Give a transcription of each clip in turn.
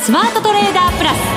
スマートトレーダープラス。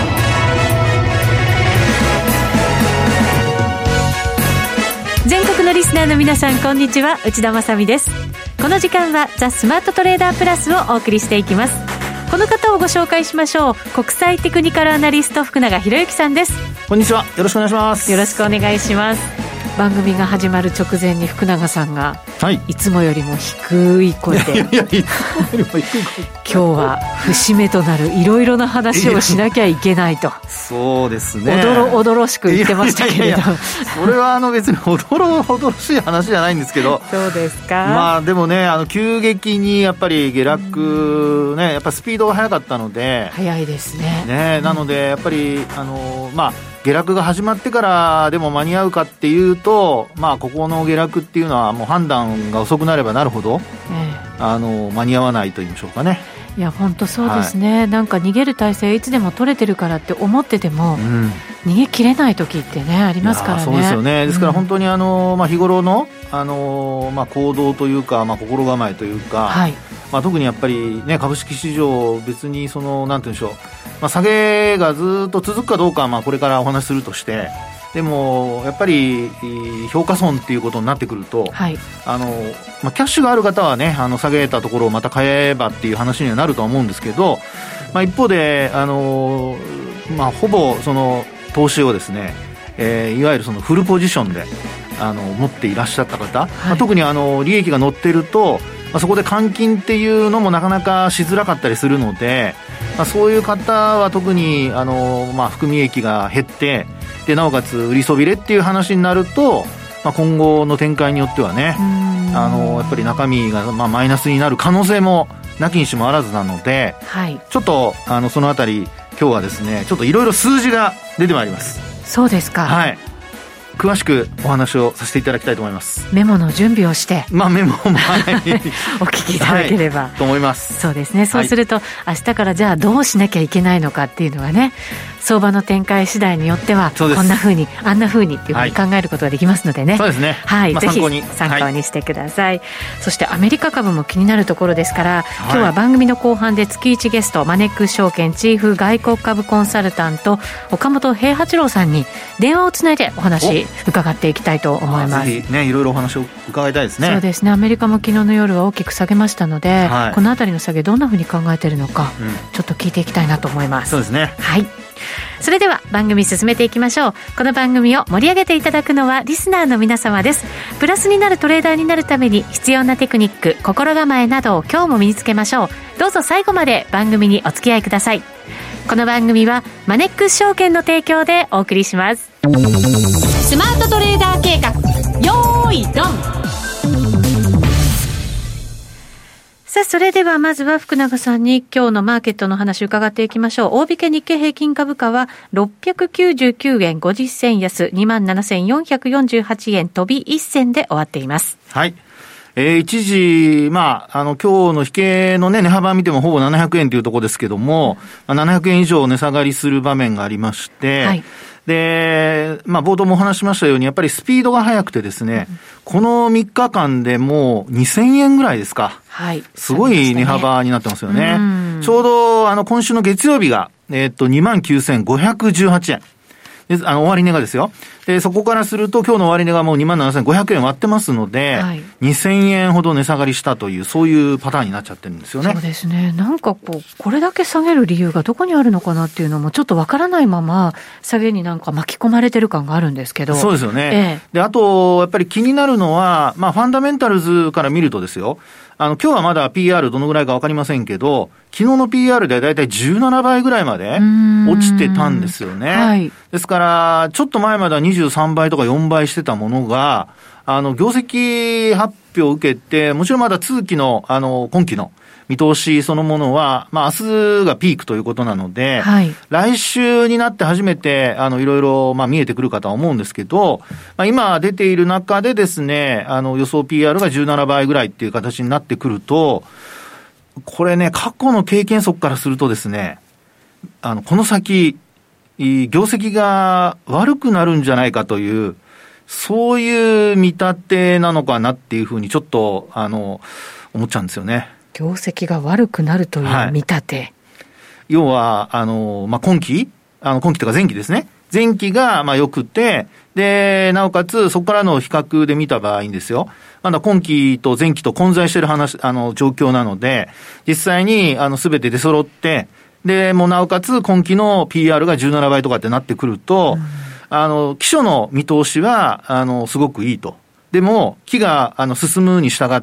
全国のリスナーの皆さん、こんにちは、内田まさみです。この時間はザ・スマートトレーダープラスをお送りしていきます。この方をご紹介しましょう。国際テクニカルアナリスト、福永博之さんです。 こんにちは、よろしくお願いします。 よろしくお願いします。番組が始まる直前に福永さんが、いつもよりも低い声で今日は節目となるいろいろな話をしなきゃいけないと。 そうですね、 おどろしく言ってましたけれど、 それは別におどろしい話じゃないんですけどそうですか。 まあでもね、急激にやっぱり下落、ね、やっぱスピードが速かったので、 速いですね。 なのでやっぱり下落が始まってからでも間に合うかっていうと、ここの下落っていうのはもう判断が遅くなればなるほど、間に合わないと言いましょうかね。 いや本当そうですね、なんか逃げる体勢いつでも取れてるからって思ってても、逃げ切れない時ってねありますからね。 そうですよね。ですから本当に日頃の、行動というか、心構えというか、特にやっぱりね、株式市場別になんて言うんでしょう、下げがずっと続くかどうかはこれからお話しするとして、でもやっぱり評価損っていうことになってくると、キャッシュがある方はね、下げたところをまた買えばっていう話にはなるとは思うんですけど、一方でほぼ投資をですね、いわゆるフルポジションで持っていらっしゃった方、特に利益が乗ってると、そこで換金っていうのもなかなかしづらかったりするので、そういう方は特に含み益が減って、でなおかつ売りそびれっていう話になると、今後の展開によってはね、やっぱり中身がマイナスになる可能性もなきにしもあらずなので、ちょっとそのあたり今日はですね、ちょっといろいろ数字が出てまいります。 そうですか。 詳しくお話をさせていただきたいと思います。 メモの準備をして、 メモも、 お聞きいただければ、 と思います。 そうですね。そうすると、明日からじゃあどうしなきゃいけないのかっていうのはね、相場の展開次第によってはこんな風にあんな風にっていう風に考えることができますのでね。 そうですね。 ぜひ参考にしてください。そしてアメリカ株も気になるところですから、今日は番組の後半で月1ゲスト、マネックス証券チーフ外国株コンサルタント岡本平八郎さんに電話をつないでお話伺っていきたいと思います。 ぜひね、いろいろお話を伺いたいですね。 そうですね。アメリカも昨日の夜は大きく下げましたので、このあたりの下げどんな風に考えているのか、ちょっと聞いていきたいなと思います。 そうですね。 それでは番組進めていきましょう。この番組を盛り上げていただくのはリスナーの皆様です。プラスになるトレーダーになるために必要なテクニック、心構えなどを今日も身につけましょう。どうぞ最後まで番組にお付き合いください。この番組はマネックス証券の提供でお送りします。スマートトレーダー計画、よーいドン。さあ、それではまずは福永さんに今日のマーケットの話を伺っていきましょう。大引け日経平均株価は699円50銭安 27,448 円飛び1銭で終わっています。 一時、今日の引けのね、値幅を見てもほぼ700円というところですけども、700円以上値下がりする場面がありまして、で、冒頭もお話しましたように、やっぱりスピードが速くてですね、この3日間でもう2000円ぐらいですか。すごい値幅になってますよね。ちょうど、今週の月曜日が、29,518円。終値がですよ。で、そこからすると今日の終値がもう 27,500 円割ってますので、2000円ほど値下がりしたという、そういうパターンになっちゃってるんですよね。 そうですね。なんかこれだけ下げる理由がどこにあるのかなっていうのもちょっとわからないまま、下げになんか巻き込まれてる感があるんですけど。 そうですよね。で、あと、やっぱり気になるのは、ファンダメンタルズから見るとですよ、今日はまだ PR どのぐらいかわかりませんけど、昨日の PR でだいたい17倍ぐらいまで落ちてたんですよね。ですから、ちょっと前までは23倍とか4倍してたものが、業績発表を受けて、もちろんまだ通期の、今期の見通しそのものは、明日がピークということなので、来週になって初めて、いろいろ、見えてくるかとは思うんですけど、今出ている中でですね、予想 PR が17倍ぐらいっていう形になってくると、これね、過去の経験則からするとですね、この先、業績が悪くなるんじゃないかという、そういう見立てなのかなっていうふうにちょっと、思っちゃうんですよね。 業績が悪くなるという見立て。 要は、今期というか前期ですね。前期が、良くて、で、なおかつ、そこからの比較で見た場合にですよ。まだ今期と前期と混在している状況なので、実際に、すべて出揃って、で、もうなおかつ、今期の PR が17倍とかってなってくると、期初の見通しは、すごくいいと。でも、期が、進むに従って、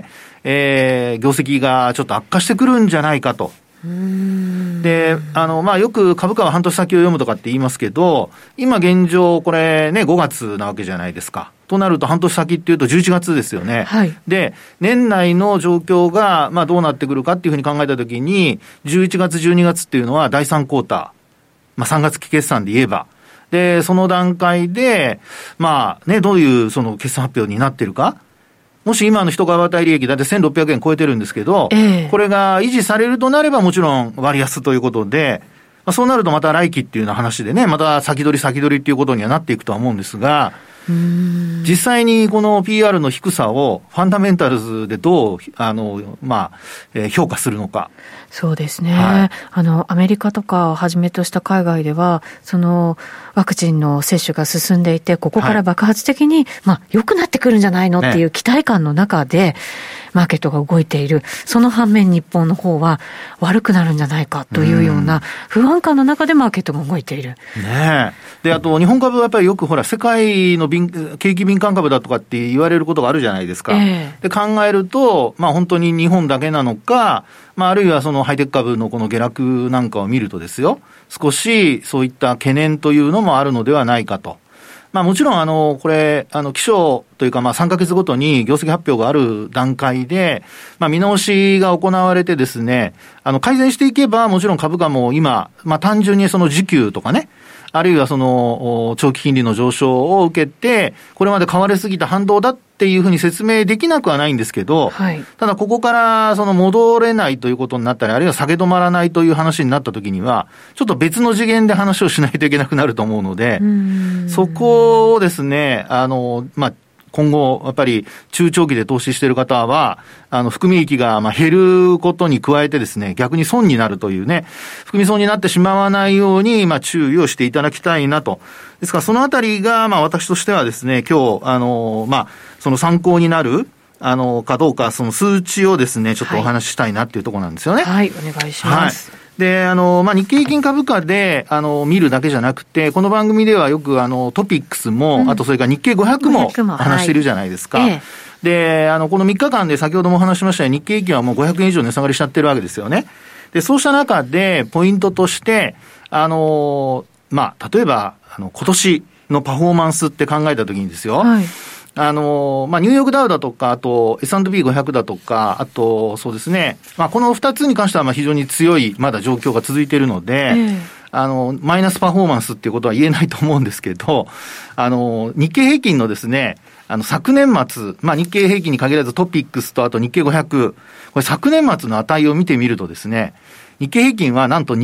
業績がちょっと悪化してくるんじゃないかと。で、よく株価は半年先を読むとかって言いますけど、今現状、これね、5月なわけじゃないですか。となると半年先っていうと11月ですよね。 はい。 で、年内の状況が、どうなってくるかっていうふうに考えたときに、11月、12月っていうのは第3クォーター。3月期決算で言えば。で、その段階で、どういうその決算発表になってるか。もし今の一株当たり利益だって1600円超えてるんですけど、これが維持されるとなればもちろん割安ということで、そうなるとまた来期っていうような話でね、また先取りっていうことにはなっていくとは思うんですが、実際にこの PR の低さをファンダメンタルズでどう、評価するのか。 そうですね。はい、アメリカとかをはじめとした海外では、そのワクチンの接種が進んでいて、ここから爆発的に、良くなってくるんじゃないのっていう期待感の中で、マーケットが動いている。その反面日本の方は悪くなるんじゃないかというような不安感の中でマーケットが動いている。 ねえ。で、あと日本株はやっぱりよく世界の景気敏感株だとかって言われることがあるじゃないですか。で、考えると、本当に日本だけなのか、あるいはそのハイテク株のこの下落なんかを見るとですよ、少しそういった懸念というのもあるのではないかと。もちろんこれ、期初というか3ヶ月ごとに業績発表がある段階で、見直しが行われてですね、改善していけばもちろん株価も今、単純にその時給とかね、あるいはその長期金利の上昇を受けて、これまで買われすぎた反動だっていうふうに説明できなくはないんですけど、はい、ただここからその戻れないということになったり、あるいは下げ止まらないという話になったときには、ちょっと別の次元で話をしないといけなくなると思うので、そこをですね、今後、やっぱり中長期で投資している方は、含み益が減ることに加えてですね、逆に損になるというね、含み損になってしまわないように、注意をしていただきたいなと。ですから、そのあたりが、私としてはですね、今日、その参考になる、かどうか、その数値をですね、ちょっとお話ししたいなっていうところなんですよね。 はい、お願いします。 はい。で、日経平均株価で、見るだけじゃなくて、この番組ではよく、トピックスも、あとそれから日経500も話しているじゃないですか。で、この3日間で先ほどもお話しましたように、日経平均はもう500円以上値下がりしちゃってるわけですよね。で、そうした中で、ポイントとして、例えば、今年のパフォーマンスって考えたときにですよ。はい。ニューヨークダウだとか、あと S&P500 だとか、あとそうですね、この2つに関しては非常に強いまだ状況が続いているので、マイナスパフォーマンスっていうことは言えないと思うんですけど、日経平均のですね、昨年末、日経平均に限らずトピックスとあと日経500、これ昨年末の値を見てみるとですね、日経平均はなんと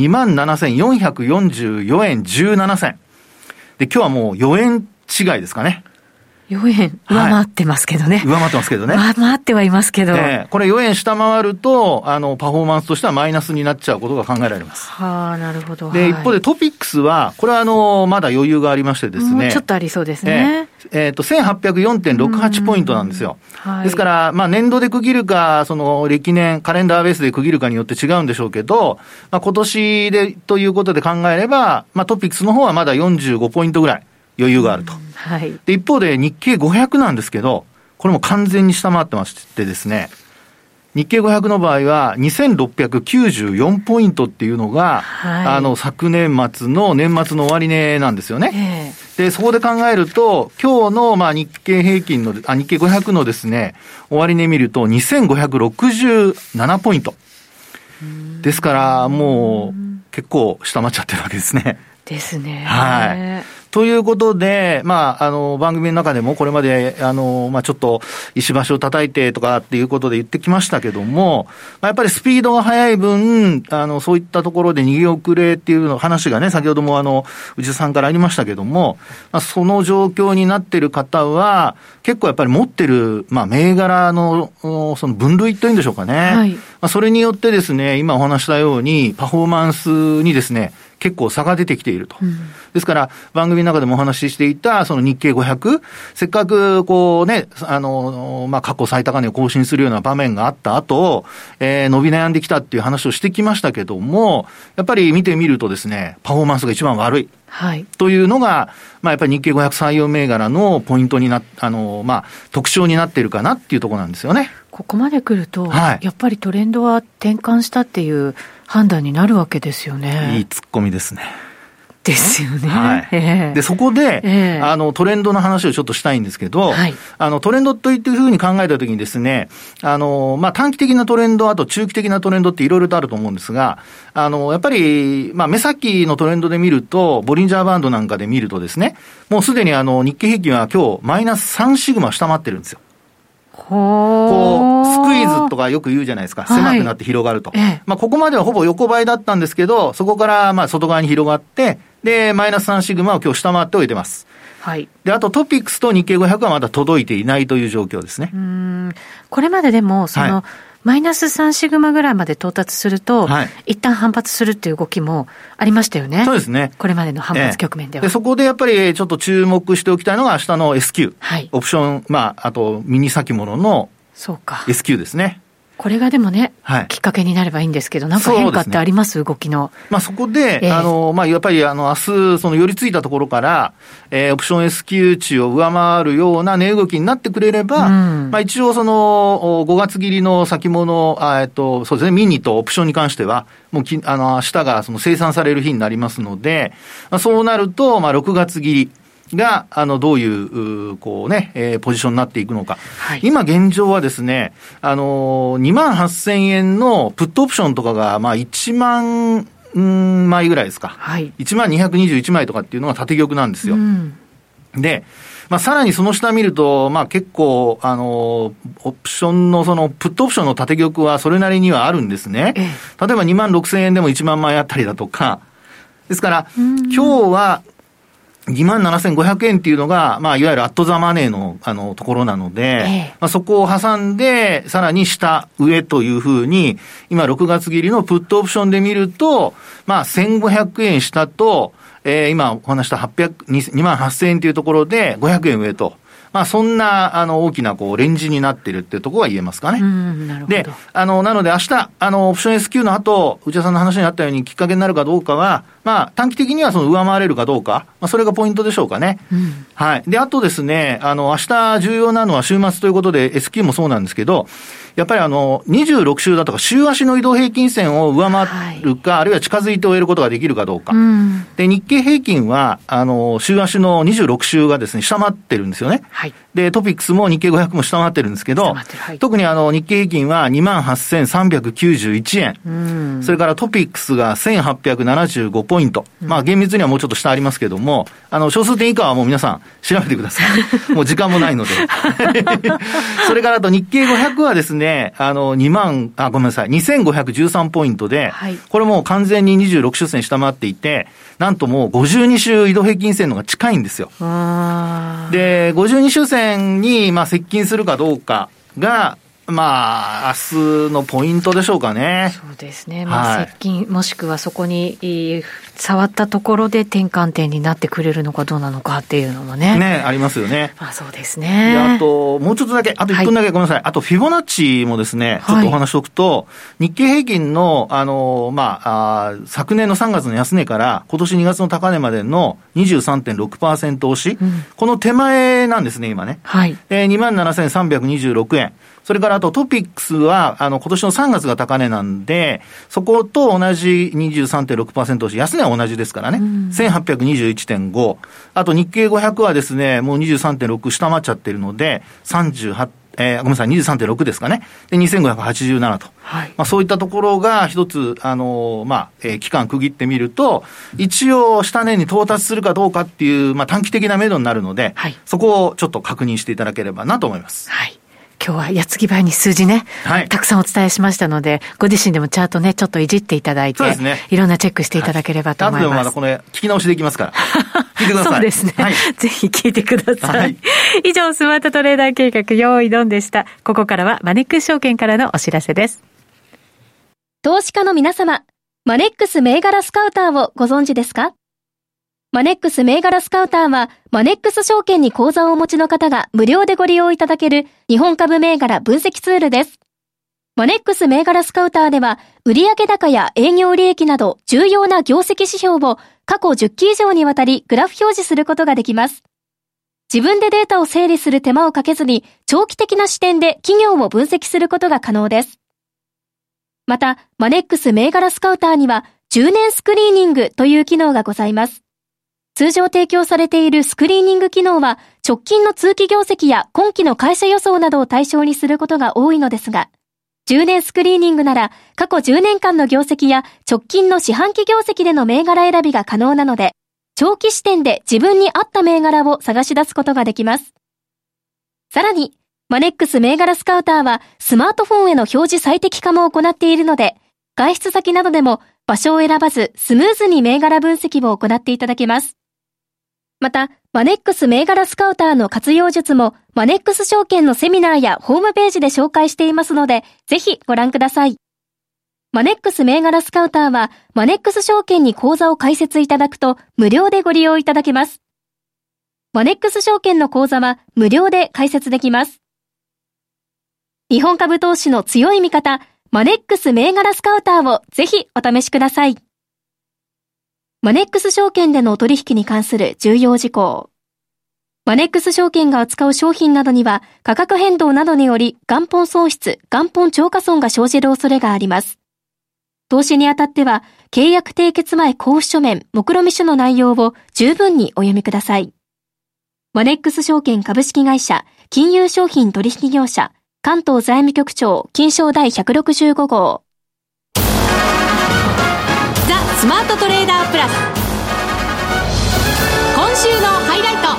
27,444 円17銭。で、今日はもう4円違いですかね。 4円上回ってますけどね。はい、 上回ってますけどね。 上回ってはいますけど。 これ4円下回ると、パフォーマンスとしてはマイナスになっちゃうことが考えられます。 はあ、なるほど。 で、一方でトピックスは、これはまだ余裕がありましてですね。 もうちょっとありそうですね。 1804.68 ポイントなんですよ。はい、ですから、年度で区切るか、その歴年、カレンダーベースで区切るかによって違うんでしょうけど、今年で、ということで考えれば、トピックスの方はまだ45ポイントぐらい余裕があると。 はい。 で、一方で日経500なんですけど、これも完全に下回ってましてですね、日経500の場合は2694ポイントっていうのが、はい、昨年末の年末の終値なんですよね。で、そこで考えると、今日の日経平均の、日経500のですね、終値見ると2567ポイント。ですから、もう結構下回っちゃってるわけですね。 ですね。 はい。 ということで、番組の中でもこれまで、ちょっと石橋を叩いてとかっていうことで言ってきましたけども、やっぱりスピードが速い分、そういったところで逃げ遅れっていうの話がね、先ほども内田さんからありましたけども、その状況になっている方は、結構やっぱり持ってる、銘柄の、その分類というんでしょうかね。はい。それによってですね、今お話したように、パフォーマンスにですね、結構差が出てきていると。ですから、番組の中でもお話ししていた、その日経500、せっかく、こうね、過去最高値を更新するような場面があった後、伸び悩んできたっていう話をしてきましたけども、やっぱり見てみるとですね、パフォーマンスが一番悪い。はい。というのが、やっぱり日経500採用銘柄のポイントに特徴になっているかなっていうところなんですよね。 ここまで来ると、はい、やっぱりトレンドは転換したっていう判断になるわけですよね。 いいツッコミですね。 ですよね。 はい。で、そこで、トレンドの話をちょっとしたいんですけど、はい、トレンドというふうに考えたときにですね、短期的なトレンド、あと中期的なトレンドっていろいろとあると思うんですが、やっぱり、目先のトレンドで見ると、ボリンジャーバンドなんかで見るとですね、もうすでに日経平均は今日マイナス3シグマ下回ってるんですよ。こう、スクイーズとかよく言うじゃないですか。狭くなって広がると。ここまではほぼ横ばいだったんですけど、そこから外側に広がって、で、マイナス3シグマを今日下回っておいてます。はい。で、あとトピックスと日経500はまだ届いていないという状況ですね。 これまででも、マイナス3シグマぐらいまで到達すると、はい、一旦反発するっていう動きもありましたよね。 そうですね。 これまでの反発局面では。 で、そこでやっぱりちょっと注目しておきたいのが明日の S q。はい。オプション、あとミニ先物の S q ですね。 これがでもね、はい、きっかけになればいいんですけど、なんか変化ってあります？動きの。 そこで、やっぱり明日、寄り付いたところから、オプション S q 値を上回るような値動きになってくれれば、一応5月切りの先物、そうですね、ミニとオプションに関しては、もう明日が生産される日になりますので、そうなると、6月切り。が、どういう、ポジションになっていくのか。はい、今現状はですね、28,000円のプットオプションとかが、1万、枚ぐらいですか。はい。1221枚とかっていうのが縦玉なんですよ。で、さらにその下見ると、結構、オプションのプットオプションの縦玉はそれなりにはあるんですね。例えば26,000円でも1万枚あったりだとか。ですから、今日は、27,500 円っていうのが、いわゆるアットザマネーの、ところなので、そこを挟んで、さらに下、上というふうに、今6月切りのプットオプションで見ると、1,500 円下と、今お話した28,000 円というところで、500円上と。そんな、大きな、レンジになってるっていうところは言えますかね。 なるほど。 で、なので明日、オプション S q の後、内田さんの話にあったようにきっかけになるかどうかは、短期的には上回れるかどうか、それがポイントでしょうかね。はい。で、あとですね、明日重要なのは週末ということで、S q もそうなんですけど、やっぱり26週だとか週足の移動平均線を上回るか、あるいは近づいて終えることができるかどうか。で、日経平均は、週足の26週がですね、下回ってるんですよね。はい。で、トピックスも日経500も下回ってるんですけど、特に日経平均は 28,391 円。それからトピックスが1,875ポイント。厳密にはもうちょっと下ありますけども、小数点以下はもう皆さん調べてください。もう時間もないので。それからあと日経500はですね、2,513 ポイントで、はい、これもう完全に26週線下回っていて、なんともう52週移動平均線のが近いんですよ。で、52週線に接近するかどうかが、明日のポイントでしょうかね。 そうですね。接近、もしくはそこに触ったところで転換点になってくれるのかどうなのかっていうのもね。 ありますよね。 そうですね。 で、あと、もうちょっとだけ、あと1分だけごめんなさい。あと、フィボナッチもですね、ちょっとお話しておくと、日経平均の、昨年の3月の安値から、今年2月の高値までの 23.6% 押し、この手前なんですね、今ね。はい。27,326 円。それからあとトピックスは、今年の3月が高値なんで、そこと同じ 23.6% 押し、安値は同じですからね。1821.5。あと日経500はですね、もう 23.6 下回っちゃってるので、 23.6 ですかね。で、2587と。 はい。 そういったところが一つ、期間区切ってみると、一応下値に到達するかどうかっていう、短期的な目処になるので、 はい、 そこをちょっと確認していただければなと思います。 はい。今日は矢継ぎ早に数字ね、はい、たくさんお伝えしましたので、ご自身でもチャートね、ちょっといじっていただいて、そうですね、いろんなチェックしていただければと思います。 後でもまだこれ、聞き直しできますから。聞いてください。 そうですね。はい、ぜひ聞いてください。はい、以上、スマートトレーダー計画、用意ドンでした。ここからはマネックス証券からのお知らせです。 投資家の皆様、マネックス銘柄スカウターをご存知ですか？マネックス銘柄スカウターは、マネックス証券に口座をお持ちの方が無料でご利用いただける日本株銘柄分析ツールです。マネックス銘柄スカウターでは、売上高や営業利益など重要な業績指標を過去10期以上にわたりグラフ表示することができます。自分でデータを整理する手間をかけずに、長期的な視点で企業を分析することが可能です。また、マネックス銘柄スカウターには、10年スクリーニングという機能がございます。通常提供されているスクリーニング機能は、直近の通期業績や今期の会社予想などを対象にすることが多いのですが、10年スクリーニングなら、過去10年間の業績や直近の四半期業績での銘柄選びが可能なので、長期視点で自分に合った銘柄を探し出すことができます。さらに、マネックス銘柄スカウターは、スマートフォンへの表示最適化も行っているので、外出先などでも場所を選ばずスムーズに銘柄分析を行っていただけます。また、マネックス銘柄スカウターの活用術も、マネックス証券のセミナーやホームページで紹介していますので、ぜひご覧ください。マネックス銘柄スカウターは、マネックス証券に口座を開設いただくと、無料でご利用いただけます。マネックス証券の口座は、無料で開設できます。日本株投資の強い味方、マネックス銘柄スカウターをぜひお試しください。マネックス証券での取引に関する重要事項。マネックス証券が扱う商品などには価格変動などにより元本損失、元本超過損が生じる恐れがあります。投資にあたっては契約締結前交付書面、目論見書の内容を十分にお読みください。マネックス証券株式会社、金融商品取引業者、関東財務局長、金商第165号。 スマートトレーダープラス、今週のハイライト。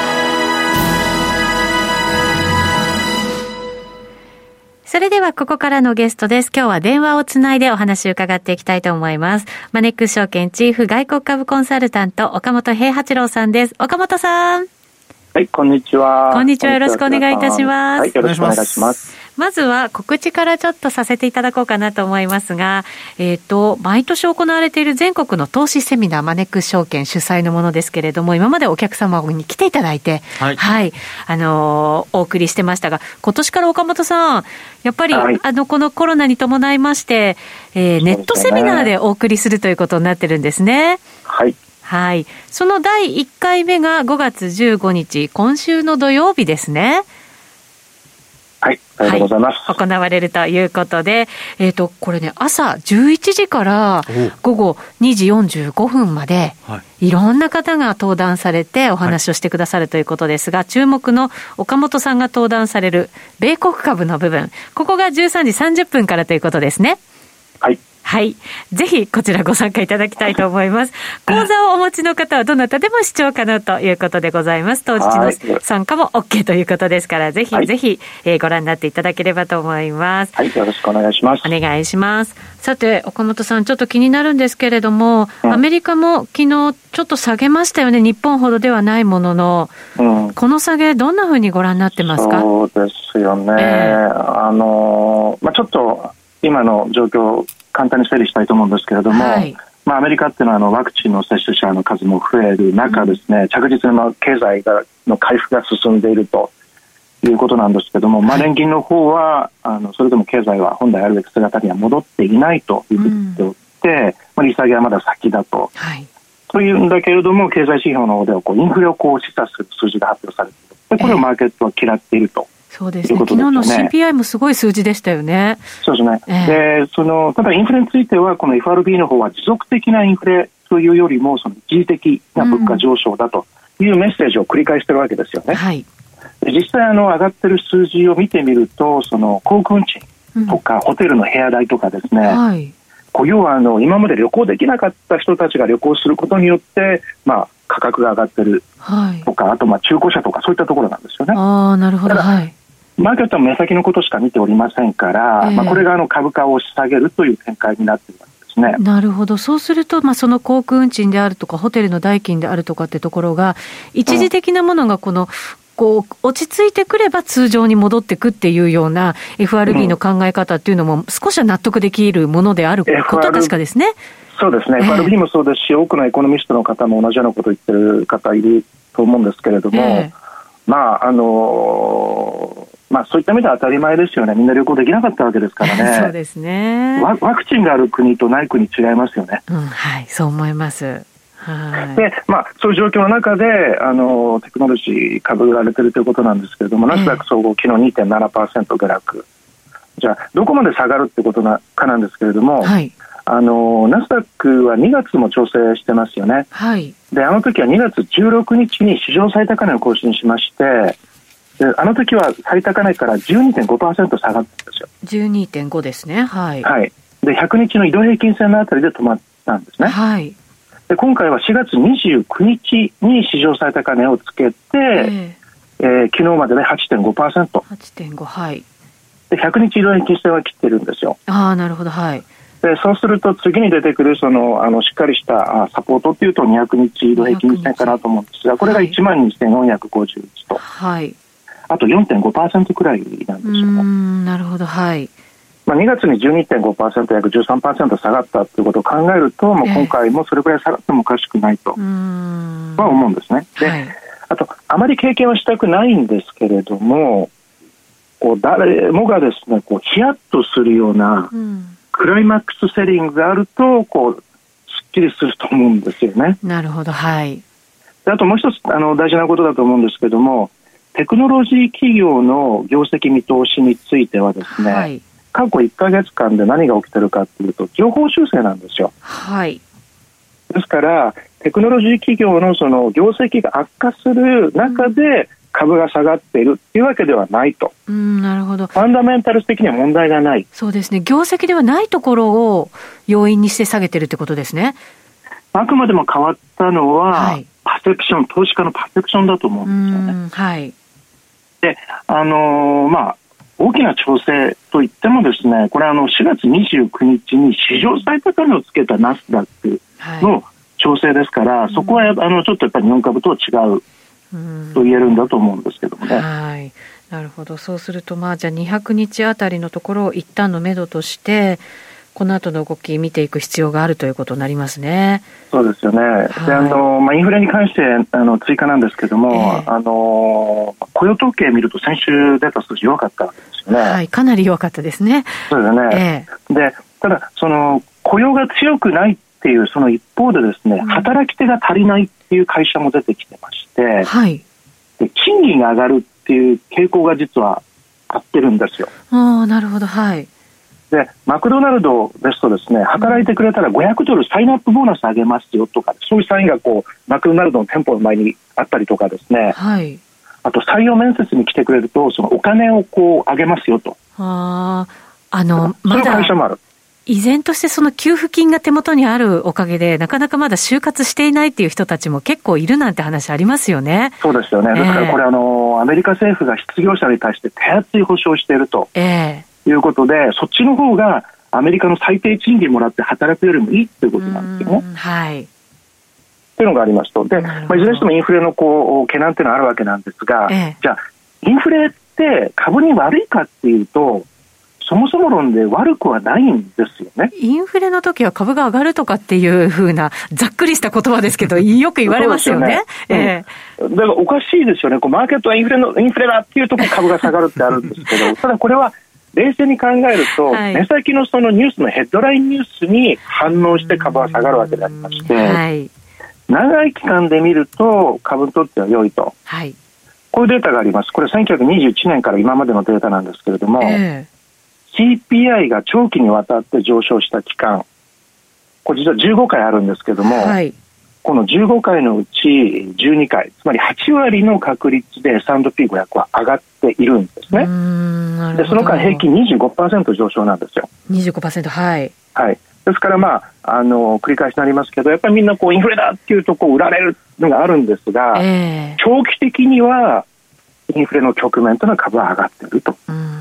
それではここからのゲストです。今日は電話をつないでお話を伺っていきたいと思います。マネックス証券チーフ外国株コンサルタント岡本平八郎さんです。岡本さん。 はい、こんにちは。 こんにちは、よろしくお願いいたします。 はい、よろしくお願いします。 まずは告知からちょっとさせていただこうかなと思いますが、毎年行われている全国の投資セミナー、マネックス証券主催のものですけれども、今までお客様に来ていただいて、はい、お送りしてましたが、今年から岡本さん、やっぱり、はい、このコロナに伴いまして、ネットセミナーでお送りするということになってるんですね。 はい。 はい。その第1回目が5月15日、今週の土曜日ですね。 はい、ありがとうございます。 はい、行われるということで、これね、朝11時から午後2時45分まで、いろんな方が登壇されてお話をしてくださるということですが、注目の岡本さんが登壇される米国株の部分、ここが13時30分からということですね。 はい。 はい。ぜひこちらご参加いただきたいと思います。講座をお持ちの方はどなたでも視聴可能ということでございます。当日の参加も OK ということですから、ぜひ、はい、ぜひ、ご覧になっていただければと思います。 はい、よろしくお願いします。 お願いします。さて、岡本さん、ちょっと気になるんですけれども、アメリカも昨日ちょっと下げましたよね。日本ほどではないものの、この下げどんなふうにご覧になってますか？ そうですよね。ちょっと今の状況簡単に整理したいと思うんですけれども、はい、アメリカっていうのはワクチンの接種者の数も増える中ですね、着実に経済の回復が進んでいるということなんですけども、連銀の方はそれでも経済は本来あるべき姿には戻っていないということで言っておって、利下げはまだ先だと、というんだけれども、経済指標の方ではインフレを示唆する数字が発表されている。でこれをマーケットは嫌っていると。 そうですね。昨日の CPI もすごい数字でしたよね。 そうですね。で、ただインフレについては、この FRB の方は持続的なインフレというよりも、一時的な物価上昇だというメッセージを繰り返しているわけですよね。はい。 実際上がってる数字を見てみると、その航空運賃とか、ホテルの部屋代とかですね、はい、要は今まで旅行できなかった人たちが旅行することによって、価格が上がってるとか、はい、あと中古車とかそういったところなんですよね。 なるほど、はい、 マーケットは目先のことしか見ておりませんから、これが株価を押し下げるという展開になっているわけですね。 なるほど。そうすると、その航空運賃であるとかホテルの代金であるとかってところが一時的なものが落ち着いてくれば通常に戻ってくっていうような FRB の考え方っていうのも少しは納得できるものであることは確かですね。 そうですね、FRB もそうですし、多くのエコノミストの方も同じようなことを言ってる方いると思うんですけれども、そういった意味では当たり前ですよね。みんな旅行できなかったわけですからね。そうですね。ワクチンがある国とない国違いますよね。 はい、そう思います。 でそういう状況の中でテクノロジー株売られているということなんですけれども、ナスダック総合昨日 2.7% 下落。じゃあどこまで下がるってことかなんですけれども、はい、ナスダックは2月も調整してますよね。はい、で時は2月16日に史上最高値を更新しまして、で時は最高値から 12.5% 下がったんですよ。 12.5 ですね。はい、 はい、で100日の移動平均線のあたりで止まったんですね。はい、で今回は4月29日に史上最高値をつけて、昨日までで 8.5%、 8.5、はい、 で100日移動平均線は切ってるんですよ。 なるほど、はい、 でそうすると次に出てくるしっかりしたサポートっていうと200日移動平均線かなと思うんですが、これが 12,451 と、はい、あと 4.5% くらいなんですよね。 なるほど、はい、 2月に 12.5% 約 13% 下がったということを考えると、もう今回もそれくらい下がってもおかしくないとは思うんですね。で、あとあまり経験はしたくないんですけれども、誰もがですねヒヤッとするようなクライマックスセリングがあるとすっきりすると思うんですよね。 なるほど、はい。 であともう一つ大事なことだと思うんですけども、テクノロジー企業の業績見通しについてはですね、はい、過去1ヶ月間で何が起きてるかというと上方修正なんですよ。はい、ですからテクノロジー企業のその業績が悪化する中で株が下がっているというわけではないと。 なるほど。 ファンダメンタル的には問題がない。 そうですね。業績ではないところを要因にして下げてるってことですね。 あくまでも変わったのは、はい、パセプション、投資家のパセプションだと思うんですよね。はい。で、大きな調整といってもですね、これ4月29日に史上最高値をつけたナスダックの調整ですから、はい、そこはちょっとやっぱり日本株とは違うと言えるんだと思うんですけどもね。 はい、なるほど。そうするとじゃあ200日あたりのところを一旦の目処としてこの後の動き見ていく必要があるということになりますね。 そうですよね。はい、でインフレに関して追加なんですけども、雇用統計見ると先週出た数字弱かったんですよね。 はい、かなり弱かったですね。 そうですね。でただ雇用が強くないっていうその一方でですね、働き手が足りないっていう会社も出てきてまして、はい、で賃金が上がるっていう傾向が実は合ってるんですよ。 なるほど、はい。 でマクドナルドですとですね、働いてくれたら$500サインアップボーナスあげますよとか、そういうサインがマクドナルドの店舗の前にあったりとかですね、はい、あと採用面接に来てくれるとそのお金をあげますよと。まだ会社もある。 依然としてその給付金が手元にあるおかげでなかなかまだ就活していないっていう人たちも結構いるなんて話ありますよね。 そうですよね。ですからこれアメリカ政府が失業者に対して手厚い保障をしていると、いうことで、そっちの方がアメリカの最低賃金もらって働くよりもいいということなんですよね。はい。というのがありますと。で、いずれにしてもインフレの懸念というのはあるわけなんですが、じゃあインフレって株に悪いかっていうと、そもそも論で悪くはないんですよね。 インフレの時は株が上がるとかっていう風なざっくりした言葉ですけど、よく言われますよね。 だからおかしいですよね。マーケットはインフレだっていうと株が下がるってあるんですけど、ただこれは冷静に考えると、はい、目先のそのニュースのヘッドラインニュースに反応して株は下がるわけでありまして、はい、長い期間で見ると株にとっては良いと、はい、こういうデータがあります。これ1921年から今までのデータなんですけれども、CPI が長期にわたって上昇した期間、これ実は15回あるんですけども、はい、 この15回のうち12回、つまり8割の確率で S&P500 は上がっているんですね。でその間平均 25% 上昇なんですよ。 25%、はい、 はい、ですから、繰り返しになりますけど、やっぱりみんなインフレだっていうと売られるのがあるんですが、長期的にはインフレの局面というのは株は上がっていると。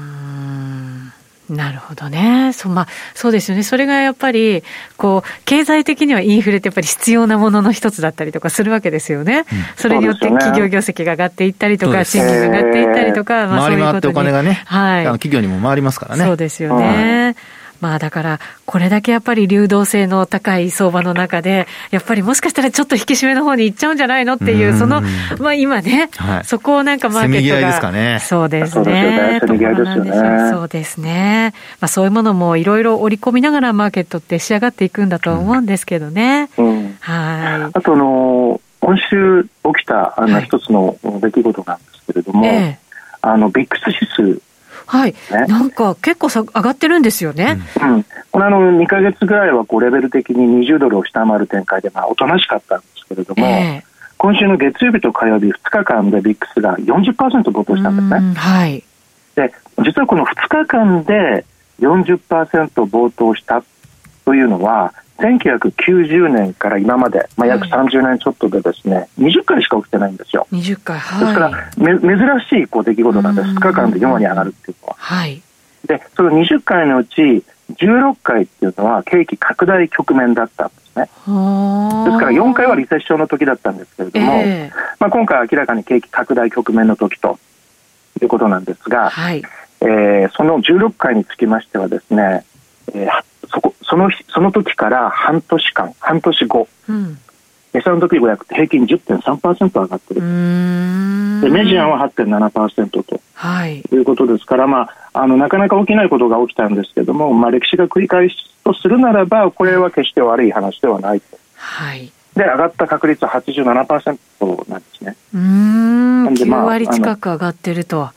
なるほどね。そうですよね。それがやっぱり経済的にはインフレってやっぱり必要なものの一つだったりとかするわけですよね。それによって企業業績が上がっていったりとか、賃金が上がっていったりとか、 回り回ってお金がね、企業にも回りますからね。 そうですよね。だからこれだけやっぱり流動性の高い相場の中で、やっぱりもしかしたらちょっと引き締めの方に行っちゃうんじゃないのっていう、今ね、そこをマーケットがせめぎ合いですかね。 そうですね。 せめぎ合いですよね。 そうですね。そういうものもいろいろ織り込みながらマーケットって仕上がっていくんだと思うんですけどね。 あと今週起きた一つの出来事なんですけれども、ビックス指数、 はい、なんか結構上がってるんですよね。 これ2ヶ月ぐらいはレベル的に20ドルを下回る展開でおとなしかったんですけれども、今週の月曜日と火曜日2日間でビックスが 40% 暴騰したんですね。 はい、 で実はこの2日間で 40% 暴騰したというのは1990年から今まで、約30年ちょっとでですね、20回しか起きてないんですよ。 20回、はい、 ですから珍しい出来事なんです。2日間で4割上がるっていうのは。 はい、 でその20回のうち16回っていうのは景気拡大局面だったんですね。ですから4回はリセッションの時だったんですけれども、今回は明らかに景気拡大局面の時ということなんですが、その16回につきましてはですね、その時から半年後、S&P500 って平均 10.3% 上がってる。でメジャンは 8.7% と、いうことですから、なかなか起きないことが起きたんですけども、歴史が繰り返しとするならば、これは決して悪い話ではないと。で上がった確率は 87% なんですね。 9割近く上がってると。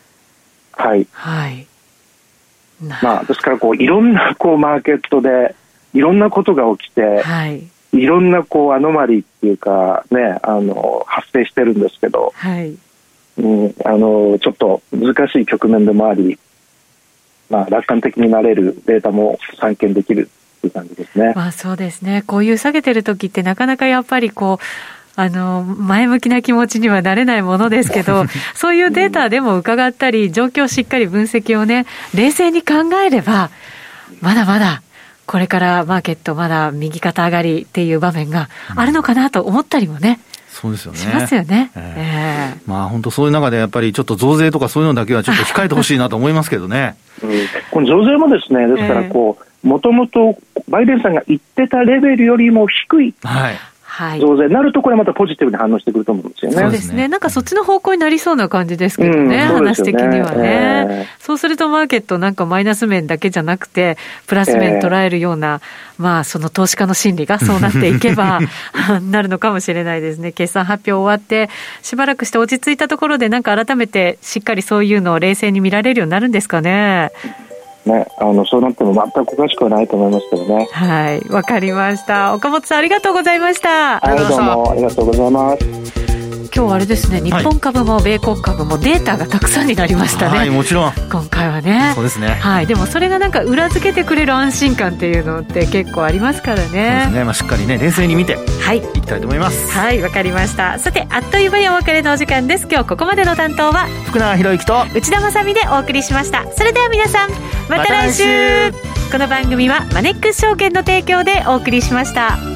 ですからいろんなマーケットでいろんなことが起きて、いろんなアノマリーっていうかね、発生してるんですけど、ちょっと難しい局面でもあり、楽観的になれるデータも散見できるという感じですね。 そうですね。こういう下げてる時ってなかなかやっぱり前向きな気持ちにはなれないものですけど、そういうデータでも伺ったり、状況をしっかり分析をね、冷静に考えれば、まだまだこれからマーケットまだ右肩上がりっていう場面があるのかなと思ったりもね、 そうですよね。 しますよね。 本当そういう中でやっぱりちょっと増税とかそういうのだけはちょっと控えてほしいなと思いますけどね。 この増税もですね、ですからもともとバイデンさんが言ってたレベルよりも低い、増税になると、これまたポジティブに反応してくると思うんですよね。 そうですね。なんかそっちの方向になりそうな感じですけどね、話的にはね。そうするとマーケットなんかマイナス面だけじゃなくてプラス面捉えるような、その投資家の心理がそうなっていけばなるのかもしれないですね。決算発表終わってしばらくして落ち着いたところで、なんか改めてしっかりそういうのを冷静に見られるようになるんですかね。 そうなっても全く詳しくはないと思いますけどね。 わかりました。岡本さん、ありがとうございました。 どうもありがとうございます。 今日あれですね、日本株も米国株もデータがたくさんになりましたね。 もちろん今回はね。 そうですね。 でもそれがなんか裏付けてくれる安心感っていうのって結構ありますからね。そうですね。しっかりね、冷静に見ていきたいと思います。 わかりました。さて、あっという間にお別れのお時間です。今日ここまでの担当は福永博之と内田まさみでお送りしました。それでは皆さん、また来週。この番組はマネックス証券の提供でお送りしました。